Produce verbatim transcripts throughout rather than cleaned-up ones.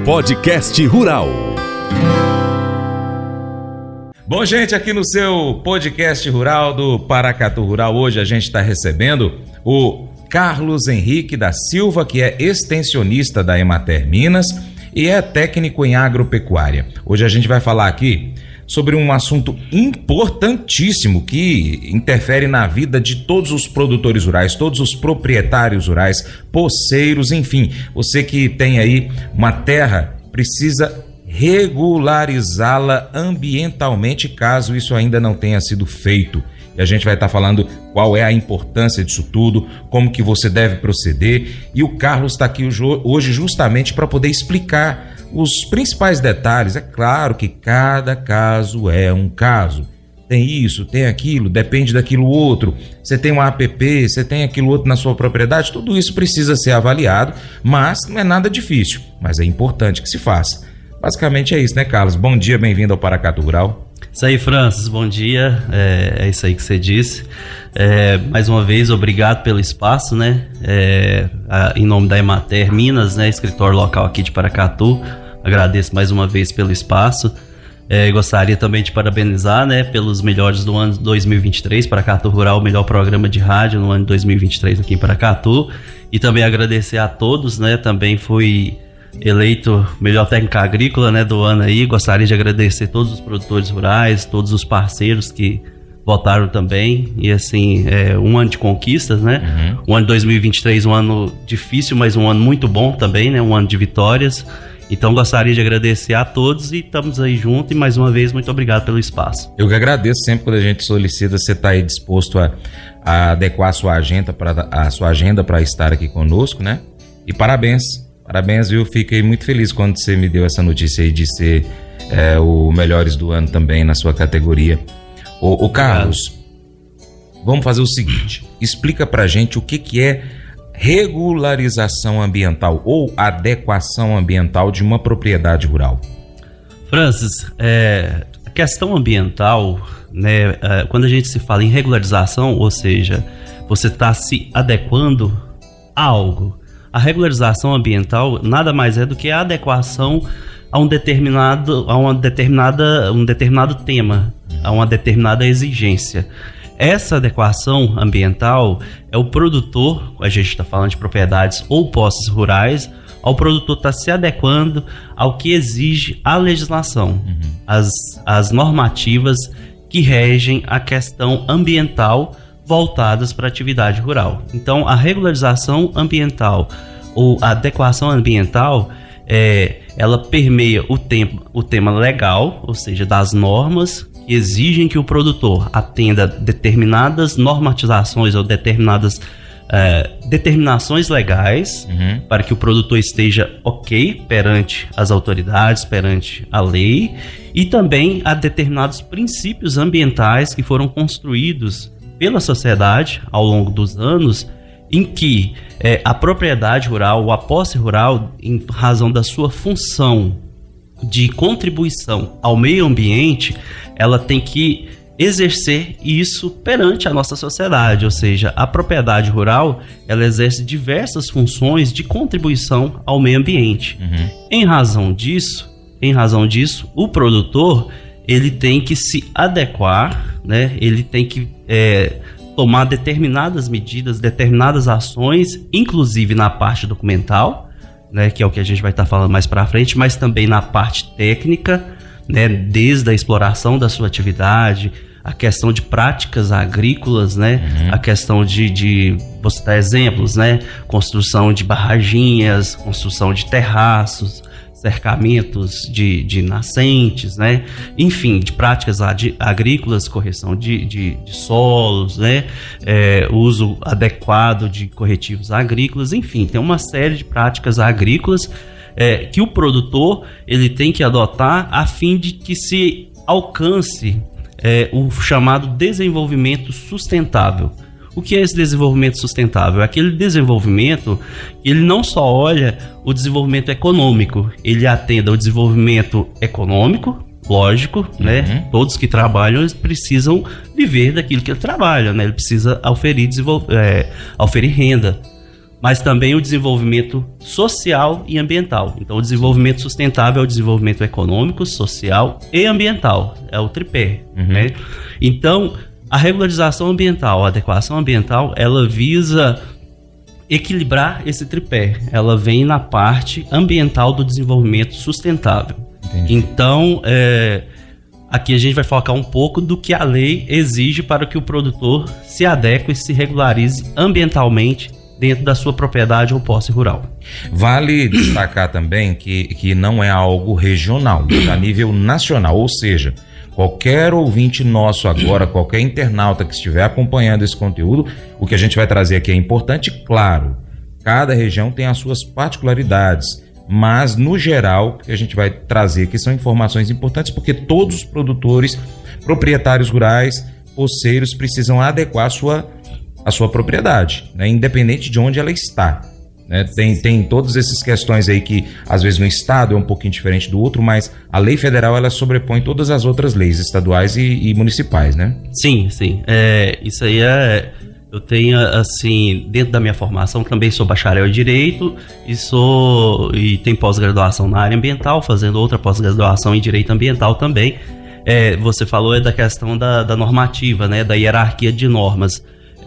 Podcast Rural. Bom, gente, aqui no seu podcast rural do Paracatu Rural, hoje a gente está recebendo o Carlos Henrique da Silva, que é extensionista da Emater Minas e é técnico em agropecuária. Hoje a gente vai falar aqui sobre um assunto importantíssimo que interfere na vida de todos os produtores rurais, todos os proprietários rurais, poceiros, enfim, você que tem aí uma terra, precisa regularizá-la ambientalmente, caso isso ainda não tenha sido feito. E a gente vai estar falando qual é a importância disso tudo, como que você deve proceder. E o Carlos está aqui hoje justamente para poder explicar os principais detalhes. É claro que cada caso é um caso. Tem isso, tem aquilo, depende daquilo outro. Você tem um A P P, você tem aquilo outro na sua propriedade. Tudo isso precisa ser avaliado, mas não é nada difícil. Mas é importante que se faça. Basicamente é isso, né, Carlos? Bom dia, bem-vindo ao Paracatu Rural. Isso aí, Francis, bom dia, é, é isso aí que você disse. É, mais uma vez, obrigado pelo espaço, né? É, a, em nome da Emater Minas, né, escritório local aqui de Paracatu, agradeço mais uma vez pelo espaço. É, gostaria também de parabenizar, né, pelos melhores do ano dois mil e vinte e três, Paracatu Rural, o melhor programa de rádio no ano de dois mil e vinte e três aqui em Paracatu. E também agradecer a todos, né, também fui eleito melhor técnico agrícola, né, do ano aí. Gostaria de agradecer todos os produtores rurais, todos os parceiros que votaram também. E assim, é um ano de conquistas, né? Uhum. O ano de dois mil e vinte e três, um ano difícil, mas um ano muito bom também, né? Um ano de vitórias. Então gostaria de agradecer a todos e estamos aí juntos. E mais uma vez, muito obrigado pelo espaço. Eu que agradeço. Sempre quando a gente solicita, você está aí disposto a, a adequar a sua agenda para a sua agenda para estar aqui conosco, né? E parabéns. Parabéns, viu? Fiquei muito feliz quando você me deu essa notícia aí de ser é, o Melhores do Ano também na sua categoria. O, o Carlos, vamos fazer o seguinte, explica pra gente o que, que é regularização ambiental ou adequação ambiental de uma propriedade rural. Francis, é, a questão ambiental, né, é, quando a gente se fala em regularização, ou seja, você está se adequando a algo. A regularização ambiental nada mais é do que a adequação a um determinado, a uma determinada, um determinado tema, a uma determinada exigência. Essa adequação ambiental é o produtor, a gente está falando de propriedades ou posses rurais, ao produtor estar tá se adequando ao que exige a legislação, uhum. as, as normativas que regem a questão ambiental voltadas para a atividade rural. Então, a regularização ambiental ou a adequação ambiental, é, ela permeia o, tempo, o tema legal, ou seja, das normas que exigem que o produtor atenda determinadas normatizações ou determinadas é, determinações legais, uhum. para que o produtor esteja ok perante as autoridades, perante a lei, e também a determinados princípios ambientais que foram construídos pela sociedade ao longo dos anos, em que é, a propriedade rural ou a posse rural, em razão da sua função de contribuição ao meio ambiente, ela tem que exercer isso perante a nossa sociedade, ou seja, a propriedade rural, ela exerce diversas funções de contribuição ao meio ambiente. Uhum. Em razão disso, em razão disso, o produtor, ele tem que se adequar, né? Ele tem que é, tomar determinadas medidas, determinadas ações, inclusive na parte documental, né? Que é o que a gente vai estar falando mais para frente, mas também na parte técnica, né? Desde a exploração da sua atividade, a questão de práticas agrícolas, né? Uhum. A questão de, de, vou citar exemplos, né? Construção de barraginhas, construção de terraços, cercamentos de, de nascentes, né? Enfim, de práticas agrícolas, correção de, de, de solos, né? É, uso adequado de corretivos agrícolas, enfim, tem uma série de práticas agrícolas é, que o produtor ele tem que adotar a fim de que se alcance é, o chamado desenvolvimento sustentável. O que é esse desenvolvimento sustentável? É aquele desenvolvimento que ele não só olha o desenvolvimento econômico, ele atende ao desenvolvimento econômico, lógico, uhum. né? Todos que trabalham eles precisam viver daquilo que ele trabalha, né? Ele precisa oferir, desenvol... é, oferir renda. mas também o desenvolvimento social e ambiental. Então, o desenvolvimento sustentável é o desenvolvimento econômico, social e ambiental, é o tripé. Uhum. Né? Então, a regularização ambiental, a adequação ambiental, ela visa equilibrar esse tripé. Ela vem na parte ambiental do desenvolvimento sustentável. Entendi. Então, é, aqui a gente vai focar um pouco do que a lei exige para que o produtor se adeque e se regularize ambientalmente dentro da sua propriedade ou posse rural. Vale destacar também que, que não é algo regional, é a nível nacional, ou seja, qualquer ouvinte nosso agora, qualquer internauta que estiver acompanhando esse conteúdo, o que a gente vai trazer aqui é importante, claro, cada região tem as suas particularidades, mas no geral, o que a gente vai trazer aqui são informações importantes, porque todos os produtores, proprietários rurais, poceiros precisam adequar a sua a sua propriedade, né? Independente de onde ela está, né? Tem, tem todas essas questões aí que às vezes no estado é um pouquinho diferente do outro, mas a lei federal ela sobrepõe todas as outras leis estaduais e, e municipais, né? Sim, sim. É, isso aí é... Eu tenho, assim, dentro da minha formação, também sou bacharel em Direito e sou e tenho pós-graduação na área ambiental, fazendo outra pós-graduação em Direito Ambiental também. É, você falou é da questão da, da normativa, né? Da hierarquia de normas.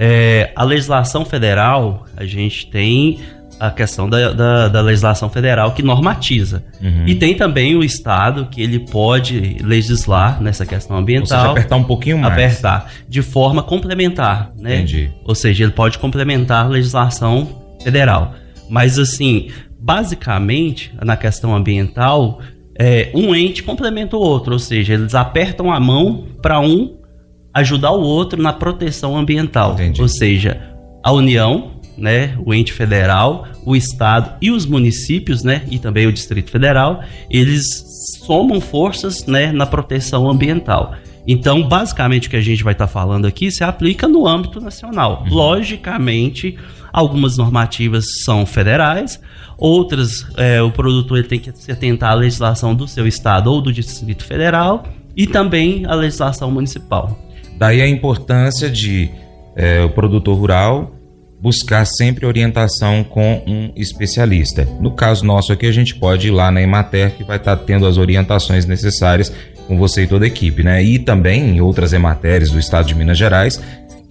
É, a legislação federal, a gente tem a questão da, da, da legislação federal que normatiza. Uhum. E tem também o Estado que ele pode legislar nessa questão ambiental. Ou seja, apertar um pouquinho mais. Apertar, de forma complementar, né? Entendi. Ou seja, ele pode complementar a legislação federal. Mas, assim, basicamente, na questão ambiental, é, um ente complementa o outro. Ou seja, eles apertam a mão para um ajudar o outro na proteção ambiental. Entendi. Ou seja, a União, né, o ente federal, o estado e os municípios, né, e também o Distrito Federal, eles somam forças, né, na proteção ambiental. Então, basicamente, o que a gente vai estar tá falando aqui se aplica no âmbito nacional. Uhum. Logicamente, algumas normativas são federais, outras, é, o produtor ele tem que se atentar à legislação do seu estado ou do Distrito Federal e também à legislação municipal. Daí a importância de é, o produtor rural buscar sempre orientação com um especialista. No caso nosso aqui, a gente pode ir lá na Emater, que vai estar tendo as orientações necessárias com você e toda a equipe, né? E também em outras Emateres do estado de Minas Gerais,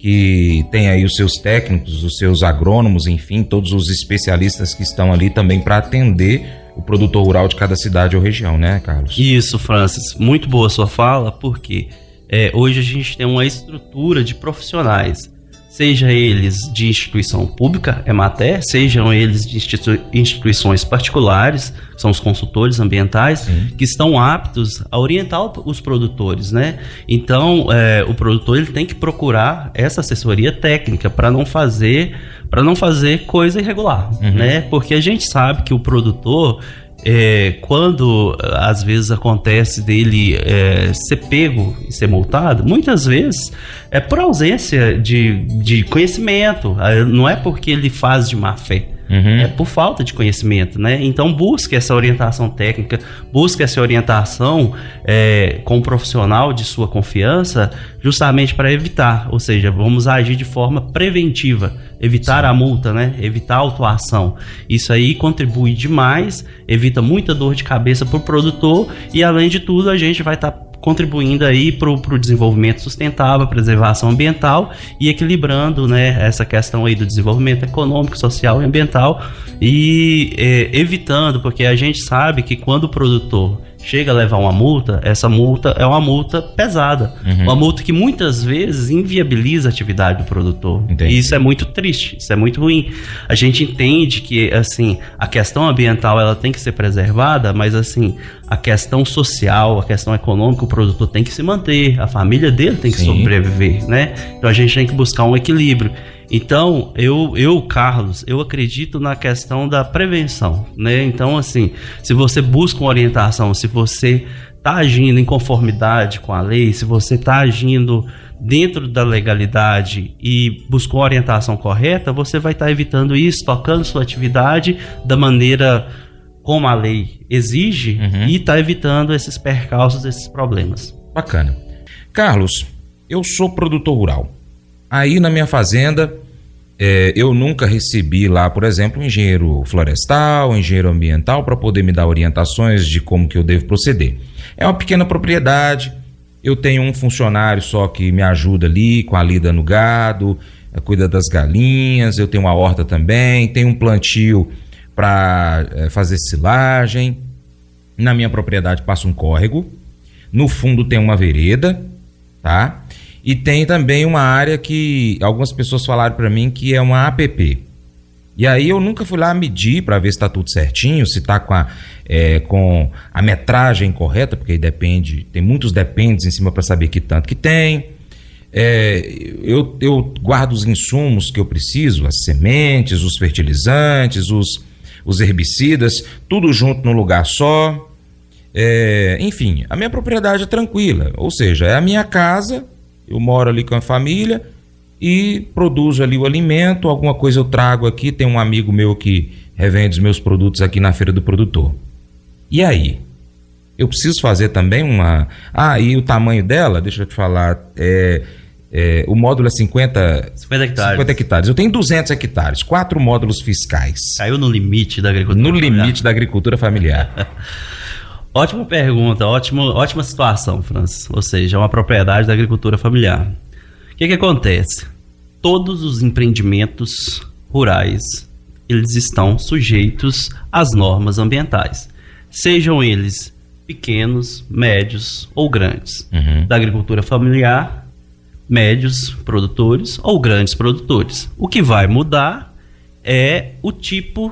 que tem aí os seus técnicos, os seus agrônomos, enfim, todos os especialistas que estão ali também para atender o produtor rural de cada cidade ou região, né, Carlos? Isso, Francis. Muito boa a sua fala, porque é, hoje a gente tem uma estrutura de profissionais, seja eles de instituição pública, Emater, sejam eles de institui- instituições particulares, são os consultores ambientais, sim, que estão aptos a orientar os produtores, né? Então, é, o produtor ele tem que procurar essa assessoria técnica para não fazer, para não fazer coisa irregular, uhum, né? Porque a gente sabe que o produtor, É, quando às vezes acontece dele é, ser pego e ser multado, muitas vezes é por ausência de, de conhecimento, não é porque ele faz de má fé, uhum, é por falta de conhecimento, né? Então busque essa orientação técnica, busque essa orientação é, com um profissional de sua confiança, justamente para evitar, ou seja, vamos agir de forma preventiva, evitar, sim, a multa, né? Evitar a autuação. Isso aí contribui demais, evita muita dor de cabeça para o produtor e, além de tudo, a gente vai estar tá contribuindo aí para o desenvolvimento sustentável, preservação ambiental e equilibrando, né, essa questão aí do desenvolvimento econômico, social e ambiental e é, evitando, porque a gente sabe que quando o produtor chega a levar uma multa, essa multa é uma multa pesada, uhum, uma multa que muitas vezes inviabiliza a atividade do produtor. Entendi. E isso é muito triste, isso é muito ruim. A gente entende que, assim, a questão ambiental ela tem que ser preservada, mas, assim, a questão social, a questão econômica, o produtor tem que se manter, a família dele tem que, sim, sobreviver, né? Então a gente tem que buscar um equilíbrio. Então, eu, eu, Carlos, eu acredito na questão da prevenção, né? Então, assim, se você busca uma orientação, se você está agindo em conformidade com a lei, se você está agindo dentro da legalidade e buscou a orientação correta, você vai estar tá evitando isso, tocando sua atividade da maneira como a lei exige, uhum, e está evitando esses percalços, esses problemas. Bacana. Carlos, eu sou produtor rural. Aí na minha fazenda é, eu nunca recebi lá, por exemplo, um engenheiro florestal, um engenheiro ambiental para poder me dar orientações de como que eu devo proceder. É uma pequena propriedade, eu tenho um funcionário só que me ajuda ali com a lida no gado, cuida das galinhas, eu tenho uma horta também, tenho um plantio para é, fazer silagem. Na minha propriedade passa um córrego, no fundo tem uma vereda, tá? E tem também uma área que algumas pessoas falaram para mim que é uma A P P. E aí eu nunca fui lá medir para ver se está tudo certinho, se está com a, é, com a metragem correta, porque aí depende, tem muitos dependes em cima para saber que tanto que tem. É, eu, eu guardo os insumos que eu preciso, as sementes, os fertilizantes, os, os herbicidas, tudo junto num lugar só. É, enfim, a minha propriedade é tranquila, ou seja, é a minha casa, eu moro ali com a família e produzo ali o alimento, alguma coisa eu trago aqui, tem um amigo meu que revende os meus produtos aqui na feira do produtor. E aí? Eu preciso fazer também uma... Ah, e o tamanho dela, deixa eu te falar, é, é, o módulo é cinquenta, cinquenta hectares. cinquenta hectares. Eu tenho duzentos hectares, quatro módulos fiscais. Caiu no limite da agricultura No familiar. limite da agricultura familiar. Ótima pergunta, ótimo, ótima situação, Francis. Ou seja, é uma propriedade da agricultura familiar. O que que acontece? Todos os empreendimentos rurais, eles estão sujeitos às normas ambientais. Sejam eles pequenos, médios ou grandes. Uhum. Da agricultura familiar, médios produtores ou grandes produtores. O que vai mudar é o tipo...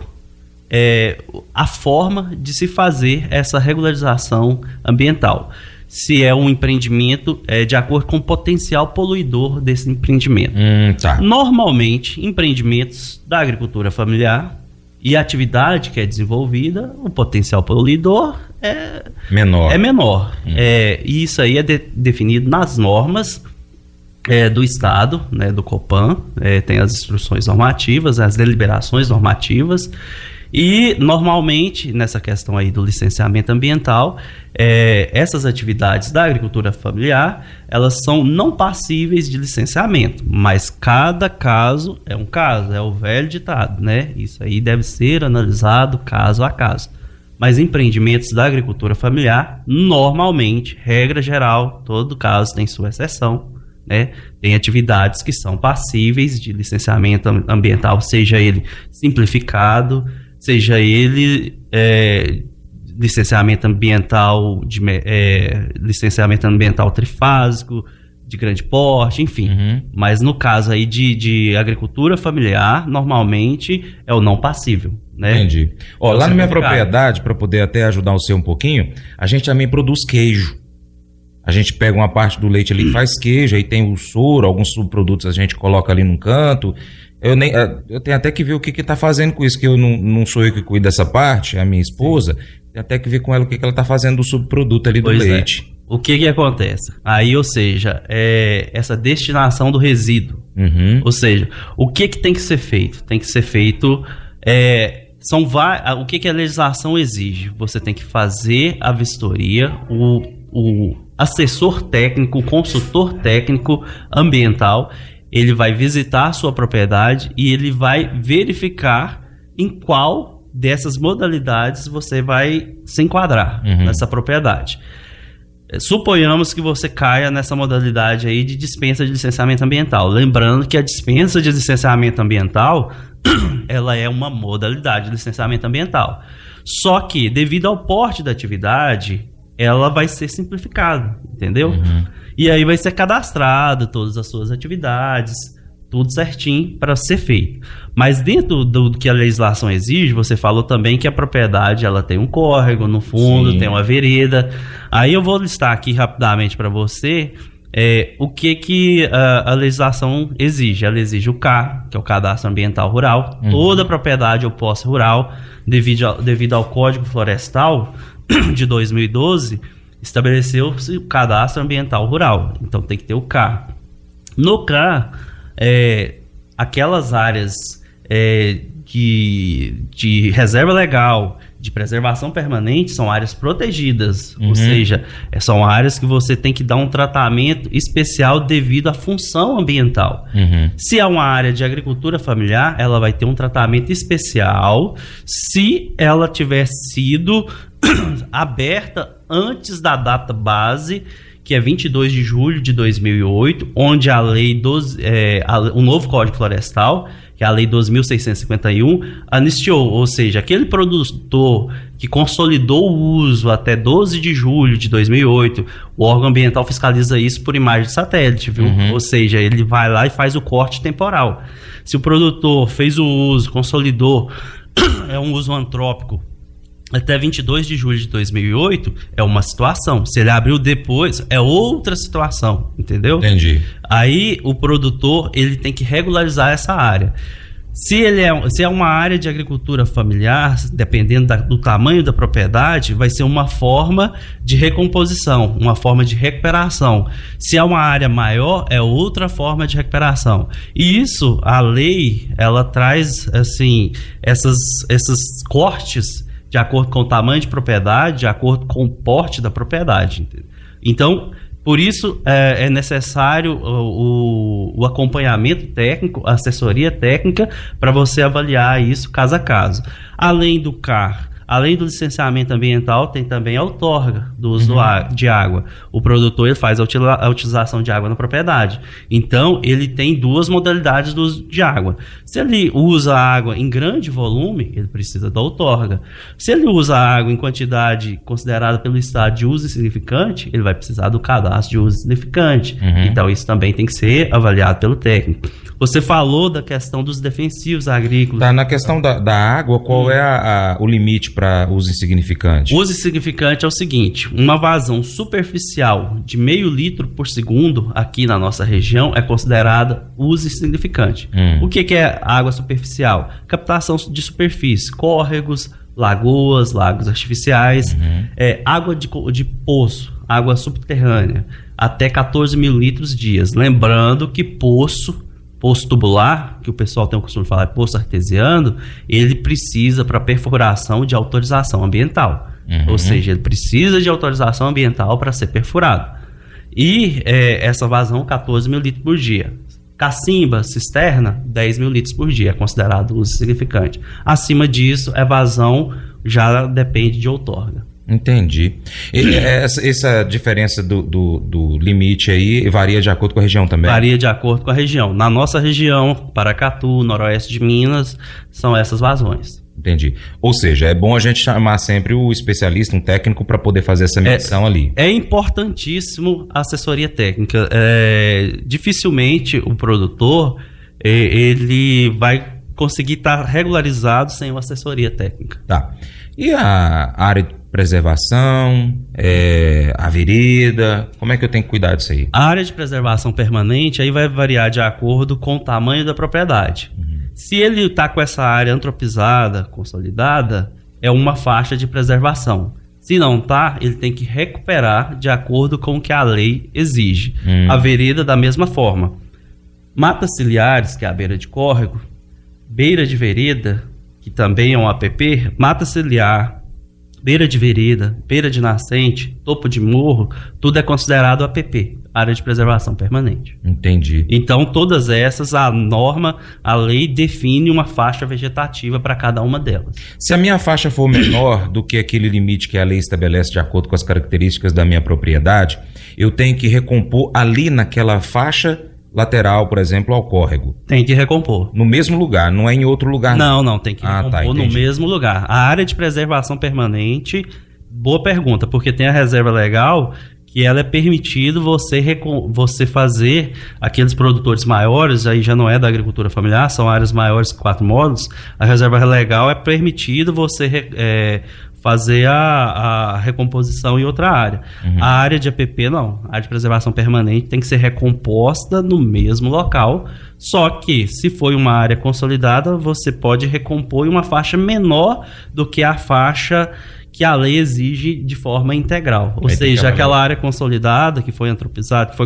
É, a forma de se fazer essa regularização ambiental. Se é um empreendimento é, de acordo com o potencial poluidor desse empreendimento. Hum, tá. Normalmente, empreendimentos da agricultura familiar e a atividade que é desenvolvida, o potencial poluidor é menor. É menor. Hum. É, e isso aí é de, definido nas normas é, do Estado, né, do Copan, é, tem as instruções normativas, as deliberações normativas. E, normalmente, nessa questão aí do licenciamento ambiental, é, essas atividades da agricultura familiar, elas são não passíveis de licenciamento, mas cada caso é um caso, é o velho ditado, né? Isso aí deve ser analisado caso a caso. Mas empreendimentos da agricultura familiar, normalmente, regra geral, todo caso tem sua exceção, né? Tem atividades que são passíveis de licenciamento ambiental, seja ele simplificado, seja ele é, licenciamento ambiental de, é, licenciamento ambiental trifásico, de grande porte, enfim. Uhum. Mas no caso aí de, de agricultura familiar, normalmente é o não passível, né? Entendi. Ó, lá na minha propriedade, para poder até ajudar você um pouquinho, a gente também produz queijo. A gente pega uma parte do leite ali e faz queijo, aí tem o soro, alguns subprodutos a gente coloca ali num canto. Eu, nem, eu tenho até que ver o que está fazendo com isso, que eu não, não sou eu que cuido dessa parte, é a minha esposa. Tem até que ver com ela o que, que ela está fazendo do subproduto ali do pois leite. É. O que que acontece? Aí, ou seja, é essa destinação do resíduo. Uhum. Ou seja, o que que tem que ser feito? Tem que ser feito... É, são o que que a legislação exige? Você tem que fazer a vistoria, o, o assessor técnico, o consultor técnico ambiental... Ele vai visitar a sua propriedade e ele vai verificar em qual dessas modalidades você vai se enquadrar uhum. nessa propriedade. Suponhamos que você caia nessa modalidade aí de dispensa de licenciamento ambiental. Lembrando que a dispensa de licenciamento ambiental, ela é uma modalidade de licenciamento ambiental. Só que, devido ao porte da atividade, ela vai ser simplificada, entendeu? Uhum. E aí vai ser cadastrado todas as suas atividades, tudo certinho para ser feito. Mas dentro do, do que a legislação exige, você falou também que a propriedade ela tem um córrego no fundo, Sim. tem uma vereda. Aí eu vou listar aqui rapidamente para você é, o que, que a, a legislação exige. Ela exige o C A R, que é o Cadastro Ambiental Rural, uhum. toda propriedade ou posse rural, devido, ao, devido ao Código Florestal de dois mil e doze, estabeleceu-se o Cadastro Ambiental Rural. Então tem que ter o C A R. No C A R, é, aquelas áreas é, que de reserva legal, de preservação permanente, são áreas protegidas, uhum. ou seja, são áreas que você tem que dar um tratamento especial devido à função ambiental. Uhum. Se é uma área de agricultura familiar, ela vai ter um tratamento especial se ela tiver sido aberta antes da data base, que é vinte e dois de julho de dois mil e oito, onde a lei doze, é, a, o novo Código Florestal, que é a lei doze mil seiscentos e cinquenta e um, anistiou, ou seja, aquele produtor que consolidou o uso até doze de julho de dois mil e oito, o órgão ambiental fiscaliza isso por imagem de satélite, viu? Uhum. Ou seja, ele vai lá e faz o corte temporal. Se o produtor fez o uso, consolidou, é um uso antrópico, até vinte e dois de julho de dois mil e oito, é uma situação. Se ele abriu depois, é outra situação, entendeu? Entendi. Aí o produtor, ele tem que regularizar essa área. Se, ele é, se é uma área de agricultura familiar, dependendo da, do tamanho da propriedade, vai ser uma forma de recomposição, uma forma de recuperação. Se é uma área maior, é outra forma de recuperação. E isso, a lei, ela traz, assim, essas, esses cortes de acordo com o tamanho de propriedade, de acordo com o porte da propriedade. Então, por isso é, é necessário o, o, o acompanhamento técnico, a assessoria técnica, para você avaliar isso caso a caso. Além do C A R, além do licenciamento ambiental, tem também a outorga do uso uhum. de água. O produtor ele faz a, utila, a utilização de água na propriedade. Então, ele tem duas modalidades do uso de água. Se ele usa água em grande volume, ele precisa da outorga. Se ele usa água em quantidade considerada pelo Estado de uso insignificante, ele vai precisar do cadastro de uso insignificante. Uhum. Então, isso também tem que ser avaliado pelo técnico. Você falou da questão dos defensivos agrícolas. Tá, na questão da, da água, qual hum. é a, a, o limite para uso insignificante? O uso insignificante é o seguinte: uma vazão superficial de meio litro por segundo aqui na nossa região é considerada uso insignificante. Hum. O que, que é água superficial? Captação de superfície, córregos, lagoas, lagos artificiais, uhum. é, água de, de poço, água subterrânea, até quatorze mil litros dias. Lembrando que poço Poço tubular, que o pessoal tem o costume de falar, poço artesiano, ele precisa para perfuração de autorização ambiental. Uhum. Ou seja, ele precisa de autorização ambiental para ser perfurado. E é, essa vazão, quatorze mil litros por dia. Cacimba, cisterna, dez mil litros por dia, é considerado uso significante. Acima disso, é vazão, já depende de outorga. Entendi. E essa, essa diferença do, do, do limite aí varia de acordo com a região também? Varia de acordo com a região. Na nossa região, Paracatu, noroeste de Minas, são essas vazões. Entendi. Ou seja, é bom a gente chamar sempre o especialista, um técnico, para poder fazer essa medição é, ali. É importantíssimo a assessoria técnica. É, dificilmente o produtor é, ele vai conseguir estar regularizado sem uma assessoria técnica. Tá. E a área de preservação, é, a vereda, como é que eu tenho que cuidar disso aí? A área de preservação permanente aí vai variar de acordo com o tamanho da propriedade. Uhum. Se ele está com essa área antropizada, consolidada, é uma faixa de preservação. Se não está, ele tem que recuperar de acordo com o que a lei exige. Uhum. A vereda da mesma forma. Matas ciliares, que é a beira de córrego, beira de vereda, que também é um A P P, mata ciliar, beira de vereda, beira de nascente, topo de morro, tudo é considerado A P P, área de preservação permanente. Entendi. Então, todas essas, a norma, a lei define uma faixa vegetativa para cada uma delas. Se a minha faixa for menor do que aquele limite que a lei estabelece de acordo com as características da minha propriedade, eu tenho que recompor ali naquela faixa lateral, por exemplo, ao córrego. Tem que recompor. No mesmo lugar, não é em outro lugar? Não, não, não tem que ah, recompor tá, no mesmo lugar. A área de preservação permanente, boa pergunta, porque tem a reserva legal que ela é permitido você, você fazer aqueles produtores maiores, aí já não é da agricultura familiar, são áreas maiores que quatro módulos, a reserva legal é permitido você é, fazer a, a recomposição em outra área. Uhum. A área de A P P não, a área de preservação permanente tem que ser recomposta no mesmo local, só que se for uma área consolidada, você pode recompor em uma faixa menor do que a faixa que a lei exige de forma integral. Ou Aí seja, aquela área consolidada, que foi antropizada, que foi,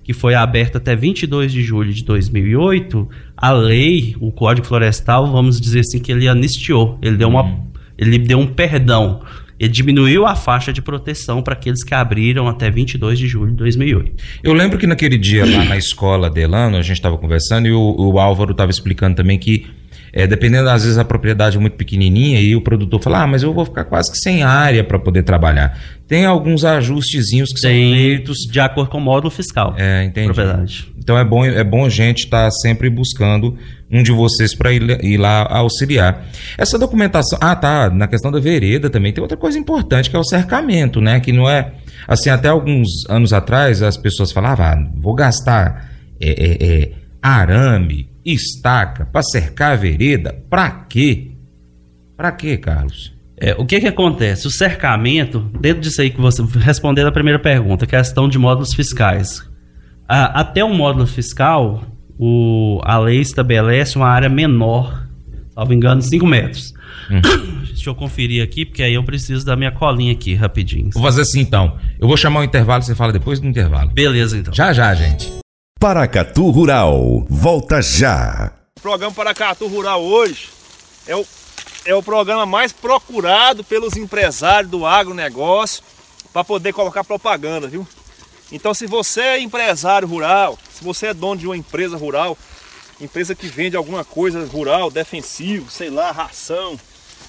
que foi aberta até vinte e dois de julho de dois mil e oito, a lei, o Código Florestal, vamos dizer assim, que ele anistiou, ele deu, uma, hum. ele deu um perdão. Ele diminuiu a faixa de proteção para aqueles que abriram até vinte e dois de julho de dois mil e oito. Eu lembro que naquele dia lá na escola de Elano, a gente estava conversando e o, o Álvaro estava explicando também que, é, dependendo, às vezes a propriedade é muito pequenininha e o produtor fala, ah, mas eu vou ficar quase que sem área para poder trabalhar. Tem alguns ajustezinhos que Tem, são feitos... de acordo com o módulo fiscal. É, entendi. Propriedade. Então é bom, é bom a gente estar tá sempre buscando um de vocês para ir, ir lá auxiliar. Essa documentação... Ah, tá, na questão da vereda também tem outra coisa importante, que é o cercamento, né? Que não é... Assim, até alguns anos atrás as pessoas falavam, ah, vou gastar é, é, é, arame, estaca para cercar a vereda. Para quê? Para quê, Carlos? É, o que que acontece? O cercamento, dentro disso aí que você... Respondendo a primeira pergunta, questão de módulos fiscais. A, até o módulo fiscal, o, a lei estabelece uma área menor, salvo engano, cinco metros. Hum. Deixa eu conferir aqui, porque aí eu preciso da minha colinha aqui, rapidinho. Vou fazer assim, então. Eu vou chamar o intervalo, você fala depois do intervalo. Beleza, então. Já, já, gente. Paracatu Rural, volta já. O programa Paracatu Rural hoje é o, é o programa mais procurado pelos empresários do agronegócio para poder colocar propaganda, viu? Então, se você é empresário rural, se você é dono de uma empresa rural, empresa que vende alguma coisa rural, defensivo, sei lá, ração,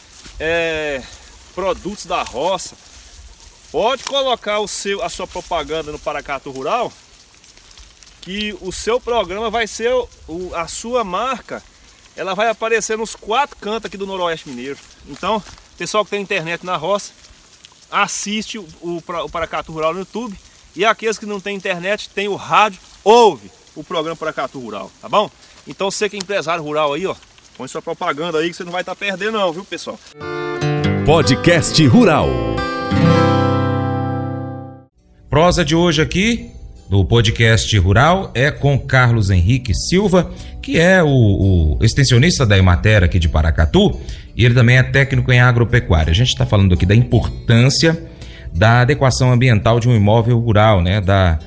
é, produtos da roça, pode colocar o seu, a sua propaganda no Paracatu Rural, que o seu programa vai ser, o, a sua marca, ela vai aparecer nos quatro cantos aqui do Noroeste Mineiro. Então, pessoal que tem internet na roça, assiste o, o, o Paracatu Rural no YouTube. E aqueles que não têm internet, tem o rádio, ouve o programa Paracatu Rural, tá bom? Então você que é empresário rural aí, ó, põe sua propaganda aí que você não vai estar perdendo não, viu, pessoal? Podcast Rural. Prosa de hoje aqui, do Podcast Rural, é com Carlos Henrique Silva, que é o, o extensionista da Emater aqui de Paracatu, e ele também é técnico em agropecuária. A gente está falando aqui da importância da adequação ambiental de um imóvel rural, né? Da,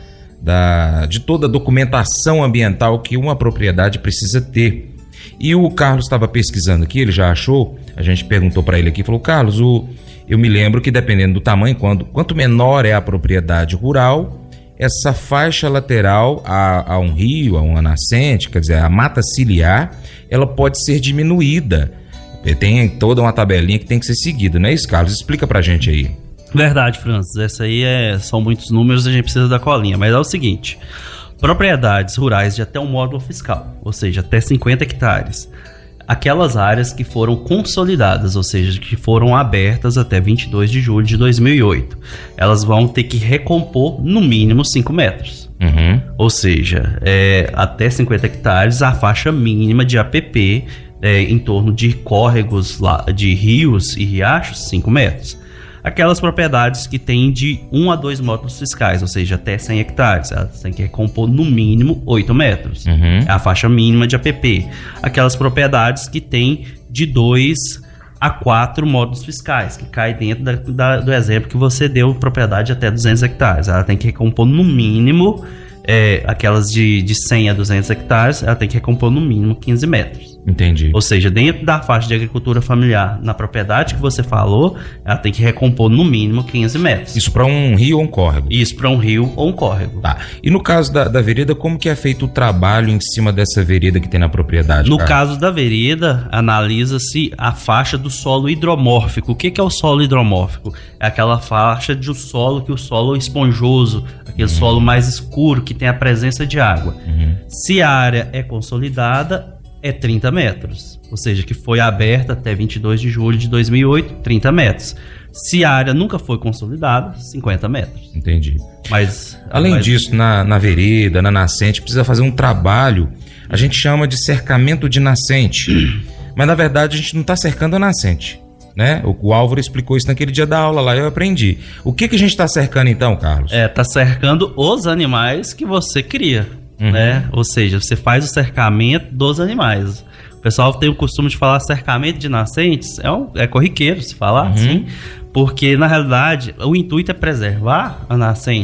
da, de toda a documentação ambiental que uma propriedade precisa ter. E o Carlos estava pesquisando aqui, ele já achou, a gente perguntou para ele aqui, falou, Carlos, o, eu me lembro que dependendo do tamanho, quando, quanto menor é a propriedade rural, essa faixa lateral a, a um rio, a uma nascente, quer dizer, a mata ciliar, ela pode ser diminuída. Tem toda uma tabelinha que tem que ser seguida, não é isso, Carlos? Explica pra gente aí. Verdade, Francis, essa aí é, são muitos números, a gente precisa da colinha, mas é o seguinte, propriedades rurais de até um módulo fiscal, ou seja, até cinquenta hectares, aquelas áreas que foram consolidadas, ou seja, que foram abertas até vinte e dois de julho de dois mil e oito, elas vão ter que recompor no mínimo cinco metros, uhum. Ou seja, é, até cinquenta hectares a faixa mínima de A P P é, em torno de córregos, de rios e riachos, cinco metros. Aquelas propriedades que têm de um a dois módulos fiscais, ou seja, até cem hectares, elas têm que recompor no mínimo oito metros. Uhum. É a faixa mínima de A P P. Aquelas propriedades que têm de dois a quatro módulos fiscais, que cai dentro da, da, do exemplo que você deu, propriedade até duzentos hectares. Ela tem que recompor no mínimo, é, aquelas de, de cem a duzentos hectares, ela tem que recompor no mínimo quinze metros. Entendi. Ou seja, dentro da faixa de agricultura familiar, na propriedade que você falou, ela tem que recompor no mínimo quinze metros. Isso para um rio ou um córrego? Isso para um rio ou um córrego. Tá. E no caso da, da vereda, como que é feito o trabalho em cima dessa vereda que tem na propriedade? No cara? caso da vereda, analisa-se a faixa do solo hidromórfico. O que, que é o solo hidromórfico? É aquela faixa de um solo que o solo é esponjoso, aquele uhum. solo mais escuro que tem a presença de água. Uhum. Se a área é consolidada, é trinta metros, ou seja, que foi aberta até vinte e dois de julho de dois mil e oito, trinta metros. Se a área nunca foi consolidada, cinquenta metros. Entendi. Mas além mas... disso, na, na vereda, na nascente, precisa fazer um trabalho, a gente chama de cercamento de nascente, mas na verdade a gente não está cercando a nascente, né? O, o Álvaro explicou isso naquele dia da aula lá, eu aprendi. O que, que a gente está cercando então, Carlos? É, está cercando os animais que você cria. Uhum. Né? Ou seja, você faz o cercamento dos animais. O pessoal tem o costume de falar cercamento de nascentes, é, um, é corriqueiro se falar uhum. assim, porque na realidade o intuito é preservar a nascente.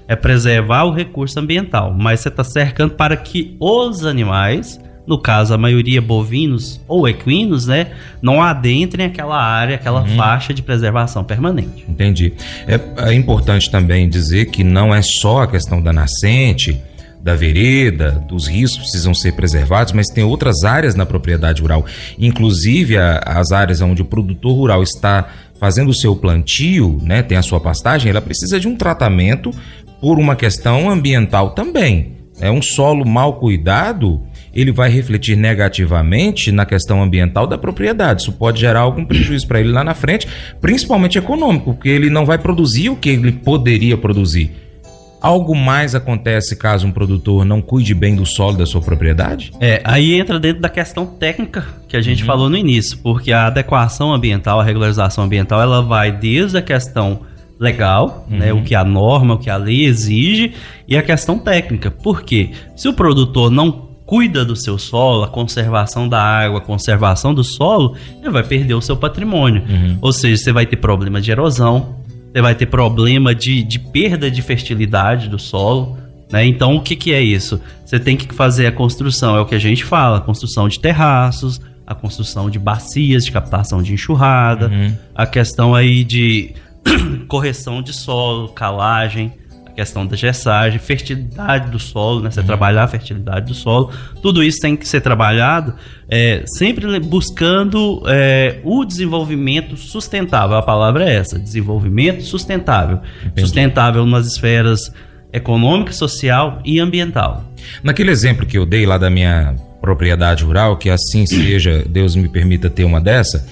é preservar o recurso ambiental, mas você está cercando para que os animais, no caso a maioria bovinos ou equinos, né, não adentrem aquela área, aquela uhum. faixa de preservação permanente. Entendi. É, é importante também dizer que não é só a questão da nascente, da vereda, dos rios precisam ser preservados, mas tem outras áreas na propriedade rural, inclusive a, as áreas onde o produtor rural está fazendo o seu plantio, né, tem a sua pastagem, ela precisa de um tratamento por uma questão ambiental também. É um solo mal cuidado, ele vai refletir negativamente na questão ambiental da propriedade. Isso pode gerar algum prejuízo para ele lá na frente, principalmente econômico, porque ele não vai produzir o que ele poderia produzir. Algo mais acontece caso um produtor não cuide bem do solo da sua propriedade? É, aí entra dentro da questão técnica que a gente uhum. falou no início, porque a adequação ambiental, a regularização ambiental, ela vai desde a questão legal, uhum. né, o que a norma, o que a lei exige, e a questão técnica. Por quê? Se o produtor não cuida do seu solo, a conservação da água, a conservação do solo, ele vai perder o seu patrimônio. Uhum. Ou seja, você vai ter problema de erosão, você vai ter problema de, de perda de fertilidade do solo, né? Então, o que, que é isso? Você tem que fazer a construção, é o que a gente fala, a construção de terraços, a construção de bacias de captação de enxurrada, uhum. a questão aí de correção de solo, calagem, a questão da gessagem, fertilidade do solo, né? Você uhum. trabalhar a fertilidade do solo, tudo isso tem que ser trabalhado é, sempre buscando é, o desenvolvimento sustentável. A palavra é essa, desenvolvimento sustentável. Entendi. Sustentável nas esferas econômica, social e ambiental. Naquele exemplo que eu dei lá da minha propriedade rural, que assim seja, Deus me permita ter uma dessa,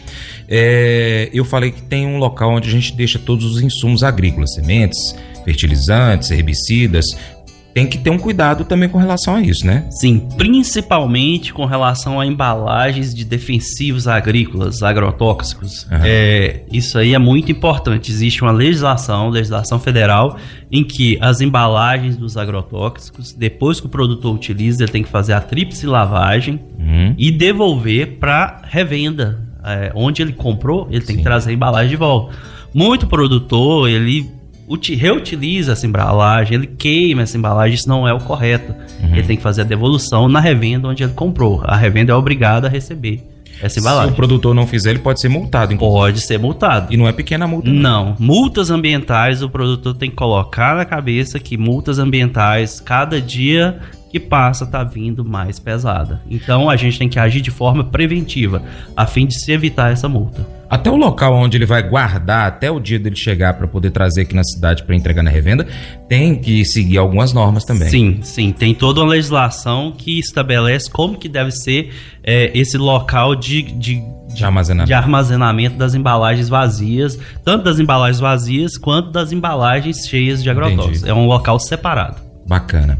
é, eu falei que tem um local onde a gente deixa todos os insumos agrícolas, sementes, fertilizantes, herbicidas. Tem que ter um cuidado também com relação a isso, né? Sim, principalmente com relação a embalagens de defensivos agrícolas, agrotóxicos. Uhum. É, isso aí é muito importante. Existe uma legislação, legislação federal, em que as embalagens dos agrotóxicos, depois que o produtor utiliza, ele tem que fazer a tríplice lavagem uhum. e devolver para revenda. É, onde ele comprou, ele tem Sim. que trazer a embalagem de volta. Muito produtor, ele reutiliza essa embalagem, ele queima essa embalagem, isso não é o correto. Uhum. Ele tem que fazer a devolução na revenda onde ele comprou. A revenda é obrigada a receber essa embalagem. Se o produtor não fizer, ele pode ser multado. Inclusive. Pode ser multado. E não é pequena multa. Não. não. Multas ambientais, o produtor tem que colocar na cabeça que multas ambientais, cada dia que passa, está vindo mais pesada. Então, a gente tem que agir de forma preventiva, a fim de se evitar essa multa. Até o local onde ele vai guardar, até o dia dele chegar para poder trazer aqui na cidade para entregar na revenda, tem que seguir algumas normas também. Sim, sim. Tem toda uma legislação que estabelece como que deve ser é, esse local de, de, de, armazenamento. de armazenamento das embalagens vazias, tanto das embalagens vazias quanto das embalagens cheias de agrotóxicos. É um local separado. Bacana.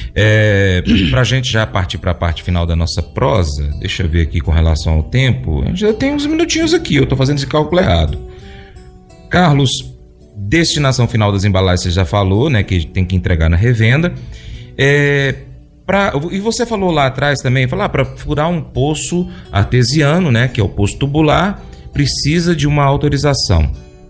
É, para a gente já partir para a parte final da nossa prosa, deixa eu ver aqui com relação ao tempo. A gente já tem uns minutinhos aqui, eu estou fazendo esse cálculo errado. Carlos, destinação final das embalagens, você já falou, né, que tem que entregar na revenda. É, pra, e você falou lá atrás também, falar, ah, para furar um poço artesiano, né, que é o poço tubular, precisa de uma autorização.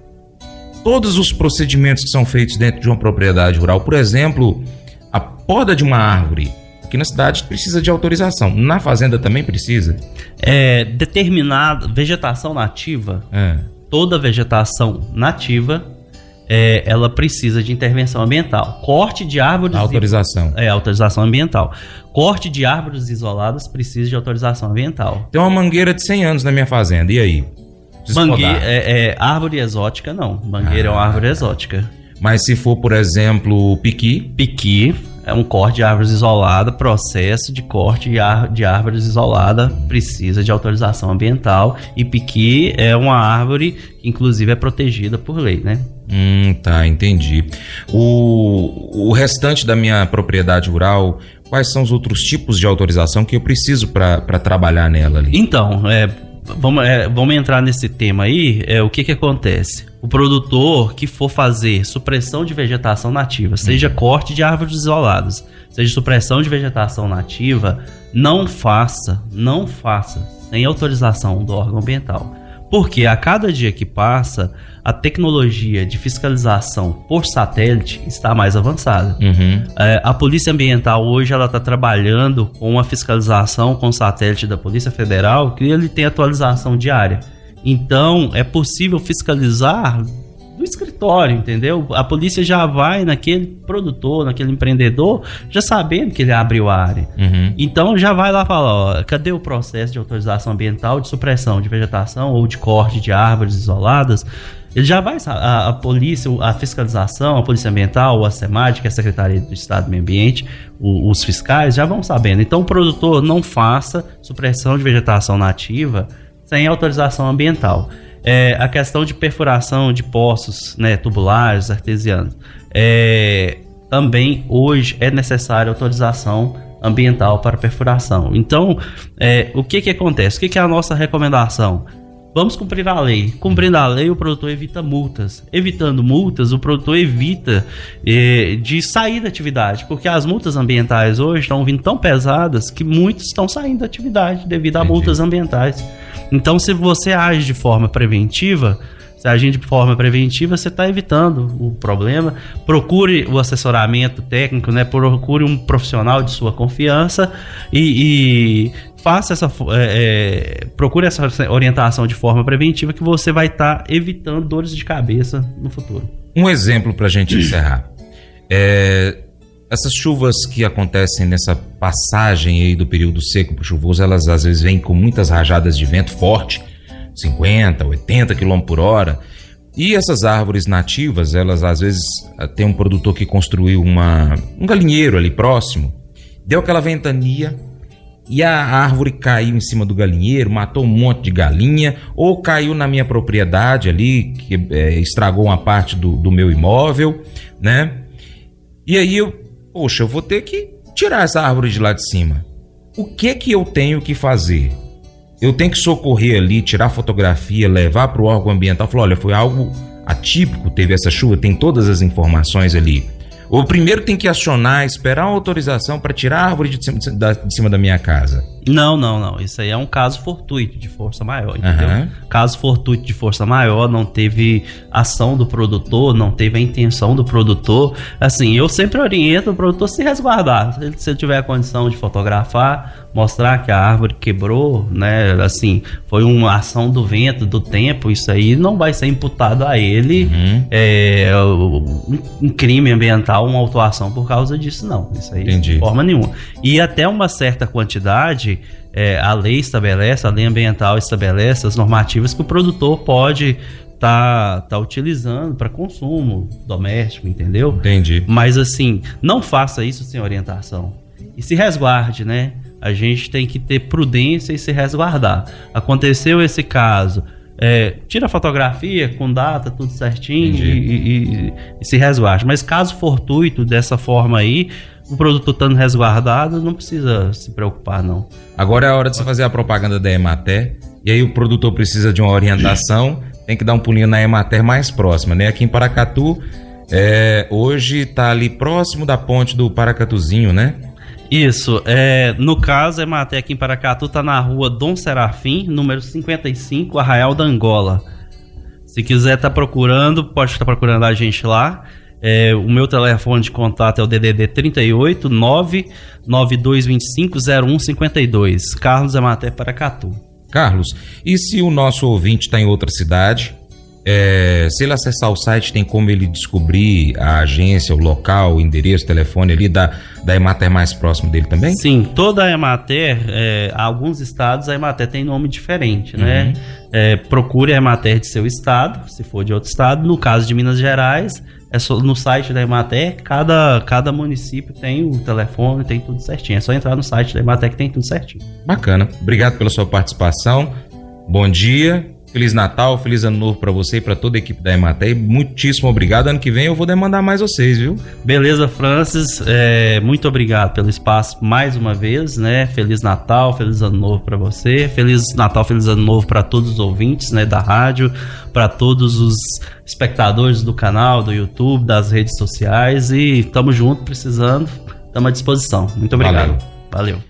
Todos os procedimentos que são feitos dentro de uma propriedade rural, por exemplo, a poda de uma árvore, aqui na cidade precisa de autorização, na fazenda também precisa? É, determinada vegetação nativa, é. toda vegetação nativa, é, ela precisa de intervenção ambiental. Corte de árvores... Autorização. É, autorização ambiental. Corte de árvores isoladas precisa de autorização ambiental. Tem uma mangueira de cem anos na minha fazenda, e aí? Mangueira, é, é, árvore exótica não, mangueira ah, é uma árvore exótica. Mas se for, por exemplo, piqui? Piqui é um corte de árvores isolada, processo de corte de, ar, de árvores isolada precisa de autorização ambiental, e piqui é uma árvore que inclusive é protegida por lei, né? Hum, tá, entendi. O, o restante da minha propriedade rural, quais são os outros tipos de autorização que eu preciso para trabalhar nela ali? Então, é... Vamos, é, vamos entrar nesse tema aí. É, o que que acontece? O produtor que for fazer supressão de vegetação nativa, seja corte de árvores isoladas, seja supressão de vegetação nativa, não faça, não faça sem autorização do órgão ambiental. Porque a cada dia que passa, a tecnologia de fiscalização por satélite está mais avançada. Uhum. É, a Polícia Ambiental hoje ela está trabalhando com a fiscalização com satélite da Polícia Federal, que ele tem atualização diária. Então, é possível fiscalizar do escritório, entendeu? A polícia já vai naquele produtor, naquele empreendedor, já sabendo que ele abriu a área. Uhum. Então, já vai lá falar, ó, cadê o processo de autorização ambiental de supressão de vegetação ou de corte de árvores isoladas? Ele já vai, a, a polícia, a fiscalização, a polícia ambiental, a SEMAD, que é a Secretaria do Estado do Meio Ambiente, o, os fiscais já vão sabendo. Então, o produtor não faça supressão de vegetação nativa sem autorização ambiental. É, a questão de perfuração de poços, né, tubulares, artesianos, é, também hoje é necessária autorização ambiental para perfuração. Então, é, o que que acontece? O que que é a nossa recomendação? Vamos cumprir a lei. Cumprindo a lei, o produtor evita multas. Evitando multas, o produtor evita eh, de sair da atividade, porque as multas ambientais hoje estão vindo tão pesadas que muitos estão saindo da atividade devido a Entendi. multas ambientais. Então, se você age de forma preventiva, se agir de forma preventiva, você está evitando o problema. Procure o assessoramento técnico, né? Procure um profissional de sua confiança e, e faça essa, é, é, procure essa orientação de forma preventiva, que você vai estar tá evitando dores de cabeça no futuro. Um exemplo para a gente encerrar. É, essas chuvas que acontecem nessa passagem aí do período seco para o chuvoso, elas às vezes vêm com muitas rajadas de vento forte, cinquenta, oitenta quilômetros por hora. E essas árvores nativas, elas às vezes tem um produtor que construiu uma, um galinheiro ali próximo, deu aquela ventania e a árvore caiu em cima do galinheiro, matou um monte de galinha, ou caiu na minha propriedade ali, que é, estragou uma parte do, do meu imóvel, né? E aí eu, poxa, eu vou ter que tirar essa árvore de lá de cima. O que que eu tenho que fazer? Eu tenho que socorrer ali, tirar fotografia, levar para o órgão ambiental, falar, olha, foi algo atípico, teve essa chuva, tem todas as informações ali. Ou primeiro tem que acionar, esperar uma autorização para tirar a árvore de cima, de cima da minha casa? Não, não, não. Isso aí é um caso fortuito de força maior, entendeu? Uhum. Caso fortuito de força maior, não teve ação do produtor, não teve a intenção do produtor. Assim, eu sempre oriento o produtor a se resguardar. Se ele tiver a condição de fotografar, mostrar que a árvore quebrou, né? Assim, foi uma ação do vento, do tempo, isso aí não vai ser imputado a ele Uhum. é, um, um crime ambiental, uma autuação por causa disso, não. Isso aí Entendi. de forma nenhuma. E até uma certa quantidade, é, a lei estabelece, a lei ambiental estabelece as normativas que o produtor pode tá, tá utilizando para consumo doméstico, entendeu? Entendi. Mas assim, não faça isso sem orientação. E se resguarde, né? A gente tem que ter prudência e se resguardar. Aconteceu esse caso, é, tira a fotografia com data, tudo certinho e, e, e se resguarde. Mas caso fortuito dessa forma aí, o produtor estando resguardado, não precisa se preocupar, não. Agora é a hora de você fazer a propaganda da Emater, e aí o produtor precisa de uma orientação, tem que dar um pulinho na Emater mais próxima, né? Aqui em Paracatu, é, hoje está ali próximo da ponte do Paracatuzinho, né? Isso, é, no caso, a Emater aqui em Paracatu está na rua Dom Serafim, número cinquenta e cinco, Arraial da Angola. Se quiser estar tá procurando, pode estar tá procurando a gente lá. É, o meu telefone de contato é o D D D trinta e oito, nove nove dois dois cinco, zero um cinco dois. Carlos Emater Paracatu. Carlos, e se o nosso ouvinte está em outra cidade, é, se ele acessar o site, tem como ele descobrir a agência, o local, o endereço, o telefone ali da, da Emater mais próximo dele também? Sim, toda a Emater, é, alguns estados a Emater tem nome diferente, né? Uhum. É, procure a Emater de seu estado, se for de outro estado. No caso de Minas Gerais, é só, no site da Emater, cada, cada município tem o telefone, tem tudo certinho. É só entrar no site da Emater que tem tudo certinho. Bacana. Obrigado pela sua participação. Bom dia. Feliz Natal, feliz Ano Novo para você e para toda a equipe da Emater. E muitíssimo obrigado. Ano que vem eu vou demandar mais vocês, viu? Beleza, Francis. É, muito obrigado pelo espaço mais uma vez, né? Feliz Natal, feliz Ano Novo para você. Feliz Natal, feliz Ano Novo para todos os ouvintes, né, da rádio, para todos os espectadores do canal, do YouTube, das redes sociais. E tamo junto, precisando, tamo à disposição. Muito obrigado. Valeu. Valeu.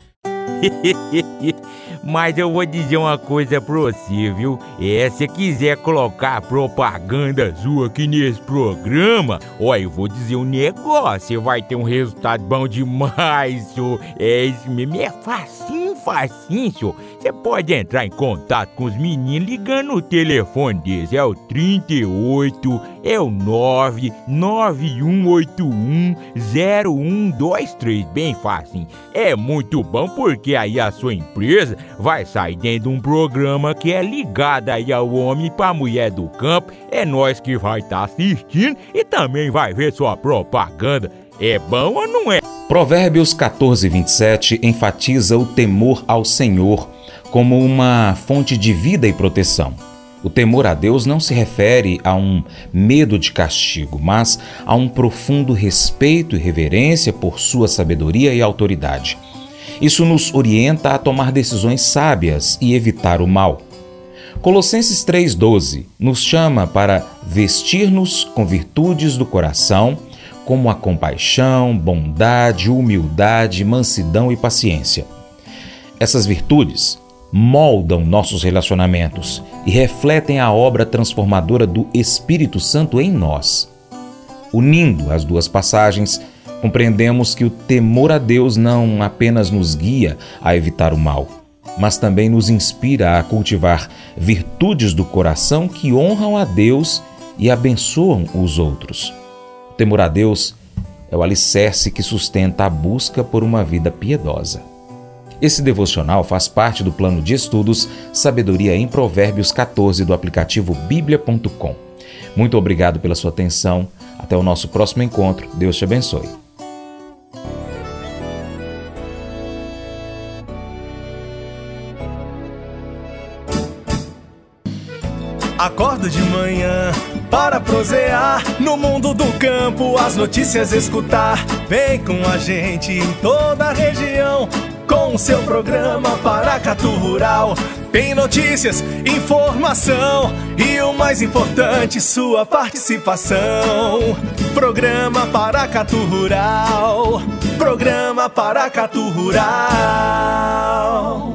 Mas eu vou dizer uma coisa pra você, viu? É, se quiser colocar propaganda sua aqui nesse programa, ó, eu vou dizer um negócio, você vai ter um resultado bom demais, senhor. É isso mesmo, é facinho, facinho, senhor. Você pode entrar em contato com os meninos ligando o telefone deles, é o trinta e oito, é o nove nove um oito um zero um dois três, bem facinho. É muito bom porque aí a sua empresa vai sair dentro de um programa que é ligado aí ao homem para a mulher do campo. É nós que vai estar tá assistindo e também vai ver sua propaganda. É bom ou não é? Provérbios quatorze, vinte e sete enfatiza o temor ao Senhor como uma fonte de vida e proteção. O temor a Deus não se refere a um medo de castigo, mas a um profundo respeito e reverência por sua sabedoria e autoridade. Isso nos orienta a tomar decisões sábias e evitar o mal. Colossenses três, doze nos chama para vestir-nos com virtudes do coração, como a compaixão, bondade, humildade, mansidão e paciência. Essas virtudes moldam nossos relacionamentos e refletem a obra transformadora do Espírito Santo em nós. Unindo as duas passagens, compreendemos que o temor a Deus não apenas nos guia a evitar o mal, mas também nos inspira a cultivar virtudes do coração que honram a Deus e abençoam os outros. O temor a Deus é o alicerce que sustenta a busca por uma vida piedosa. Esse devocional faz parte do plano de estudos Sabedoria em Provérbios quatorze do aplicativo bíblia ponto com. Muito obrigado pela sua atenção. Até o nosso próximo encontro. Deus te abençoe. Acordo de manhã para prosear no mundo do campo, as notícias escutar. Vem com a gente em toda a região com o seu programa Paracatu Rural. Tem notícias, informação e o mais importante, sua participação. Programa Paracatu Rural. Programa Paracatu Rural.